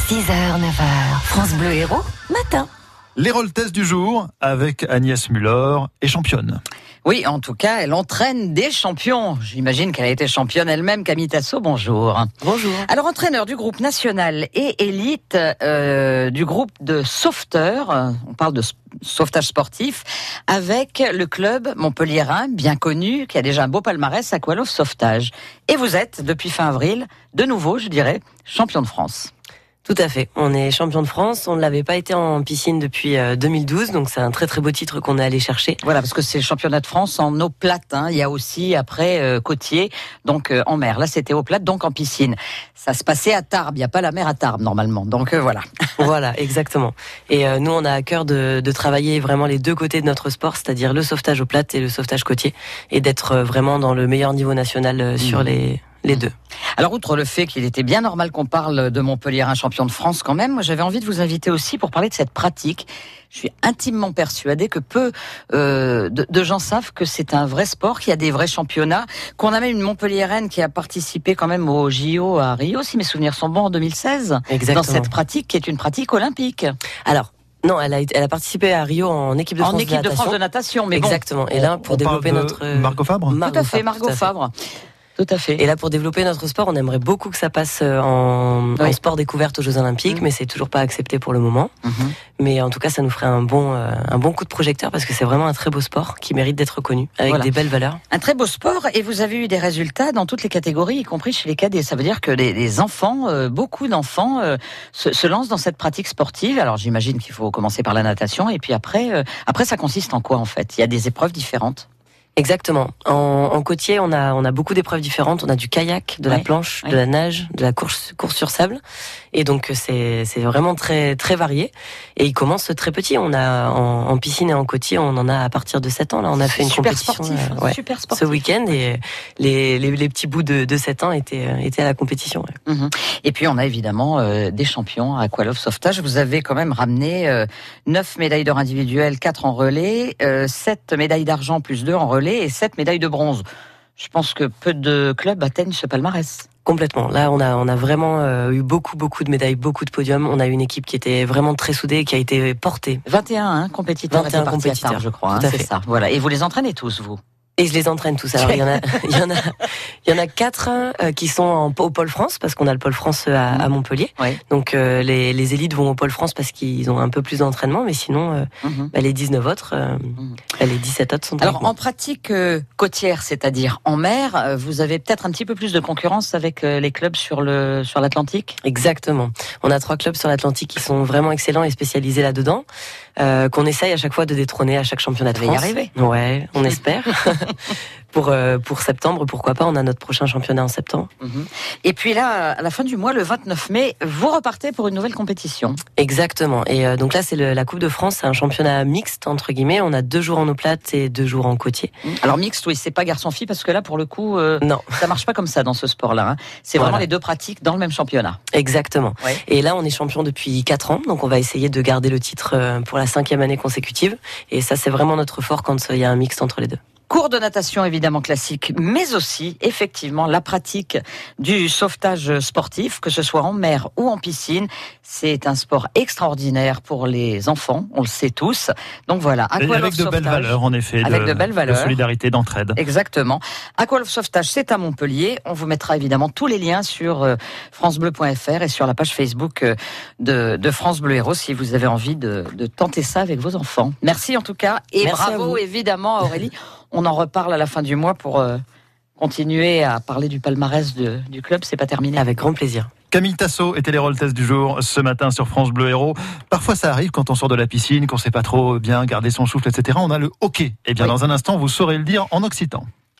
6h, 9h, France Bleu Héros, matin. L'Hérold Test du jour avec Agnès Muller et championne. Oui, en tout cas, elle entraîne des champions. J'imagine qu'elle a été championne elle-même. Camille Tasso, bonjour. Bonjour. Alors, entraîneur du groupe national et élite du groupe de sauveteurs, on parle de sauvetage sportif, avec le club montpelliérain, bien connu, qui a déjà un beau palmarès, Aqualove Sauvetage. Et vous êtes, depuis fin avril, de nouveau, je dirais, champion de France. Tout à fait. On est champion de France. On ne l'avait pas été en piscine depuis 2012, donc c'est un très très beau titre qu'on est allé chercher. Voilà, parce que c'est le championnat de France en eau plate. Il y a aussi après côtier, donc en mer. Là, c'était eau plate, donc en piscine. Ça se passait à Tarbes. Il n'y a pas la mer à Tarbes normalement. Donc voilà. Voilà, exactement. Et nous, on a à cœur de travailler vraiment les deux côtés de notre sport, c'est-à-dire le sauvetage eau plate et le sauvetage côtier, et d'être vraiment dans le meilleur niveau national sur les deux. Alors, outre le fait qu'il était bien normal qu'on parle de Montpelliérain champion de France quand même, moi j'avais envie de vous inviter aussi pour parler de cette pratique. Je suis intimement persuadée que peu de gens savent que c'est un vrai sport, qu'il y a des vrais championnats, qu'on a même une Montpelliéraine qui a participé quand même au JO à Rio, si mes souvenirs sont bons, en 2016. Exactement. Dans cette pratique qui est une pratique olympique. Alors, non, elle a participé à Rio en équipe de France de natation. En équipe de France de natation, mais exactement. Bon, et là, pour développer notre... Margot Fabre. Tout à fait, Margot Fabre. Tout à fait. Et là, pour développer notre sport, on aimerait beaucoup que ça passe en sport découverte aux Jeux Olympiques, mais c'est toujours pas accepté pour le moment. Mais en tout cas, ça nous ferait un bon coup de projecteur parce que c'est vraiment un très beau sport qui mérite d'être reconnu avec des belles valeurs. Un très beau sport, et vous avez eu des résultats dans toutes les catégories, y compris chez les cadets. Ça veut dire que les enfants, beaucoup d'enfants se lancent dans cette pratique sportive. Alors j'imagine qu'il faut commencer par la natation, et puis après ça consiste en quoi en fait? Il y a des épreuves différentes. Exactement. En côtier, on a beaucoup d'épreuves différentes. On a du kayak, de la planche, de la nage, de la course sur sable. Et donc c'est vraiment très très varié. Et ils commencent très petits. On a en piscine et en côtier, on en a à partir de 7 ans. Là, on a fait une compétition super sportif. Ce week-end, et les petits bouts de 7 ans étaient à la compétition. Et puis on a évidemment des champions à Aqualove Sauvetage. Vous avez quand même ramené 9 médailles d'or individuelles, 4 en relais, 7 médailles d'argent plus 2 en relais et 7 médailles de bronze. Je pense que peu de clubs atteignent ce palmarès. Complètement. Là, on a vraiment eu beaucoup de médailles, beaucoup de podiums. On a eu une équipe qui était vraiment très soudée et qui a été portée. 21 compétiteurs. 21 compétiteurs, à Tarbes, je crois. C'est ça. Voilà. Et vous les entraînez tous, vous? Et je les entraîne tous. Alors il y en a 4 qui sont au Pôle France parce qu'on a le Pôle France à Montpellier. Donc les élites vont au Pôle France parce qu'ils ont un peu plus d'entraînement, mais sinon les 19 autres, les 17 autres sont. Alors en pratique côtière, c'est-à-dire en mer, vous avez peut-être un petit peu plus de concurrence avec les clubs sur l'Atlantique. Exactement. On a 3 clubs sur l'Atlantique qui sont vraiment excellents et spécialisés là-dedans, qu'on essaye à chaque fois de détrôner à chaque championnat de France. On va y arriver. Ouais, on espère. Pour septembre, pourquoi pas, on a notre prochain championnat en septembre. Et puis là, à la fin du mois, le 29 mai, vous repartez pour une nouvelle compétition. Exactement. Et donc là, c'est la Coupe de France, c'est un championnat mixte, entre guillemets. On a 2 jours en eau plate et 2 jours en côtier. Alors mixte, oui, c'est pas garçon-fille, parce que là, pour le coup, non, ça marche pas comme ça dans ce sport-là. C'est vraiment les deux pratiques dans le même championnat. Exactement. Ouais. Et là, on est champion depuis 4 ans, donc on va essayer de garder le titre pour la 5e année consécutive. Et ça, c'est vraiment notre fort quand il y a un mixte entre les deux. Cours de natation évidemment classique, mais aussi effectivement la pratique du sauvetage sportif, que ce soit en mer ou en piscine. C'est un sport extraordinaire pour les enfants, on le sait tous. Donc voilà, avec de belles valeurs en effet, avec de belles valeurs, de solidarité, d'entraide. Exactement. Aqualove Sauvetage, c'est à Montpellier. On vous mettra évidemment tous les liens sur francebleu.fr et sur la page Facebook de France Bleu Héros si vous avez envie de tenter ça avec vos enfants. Merci en tout cas, et merci bravo évidemment à Aurélie. On en reparle à la fin du mois pour continuer à parler du palmarès du club. C'est pas terminé. Avec grand plaisir. Camille Tasso était l'Hérold Test du jour ce matin sur France Bleu Héros. Parfois ça arrive quand on sort de la piscine, qu'on sait pas trop bien garder son souffle, etc. On a le hockey. Et bien dans un instant, vous saurez le dire en occitan.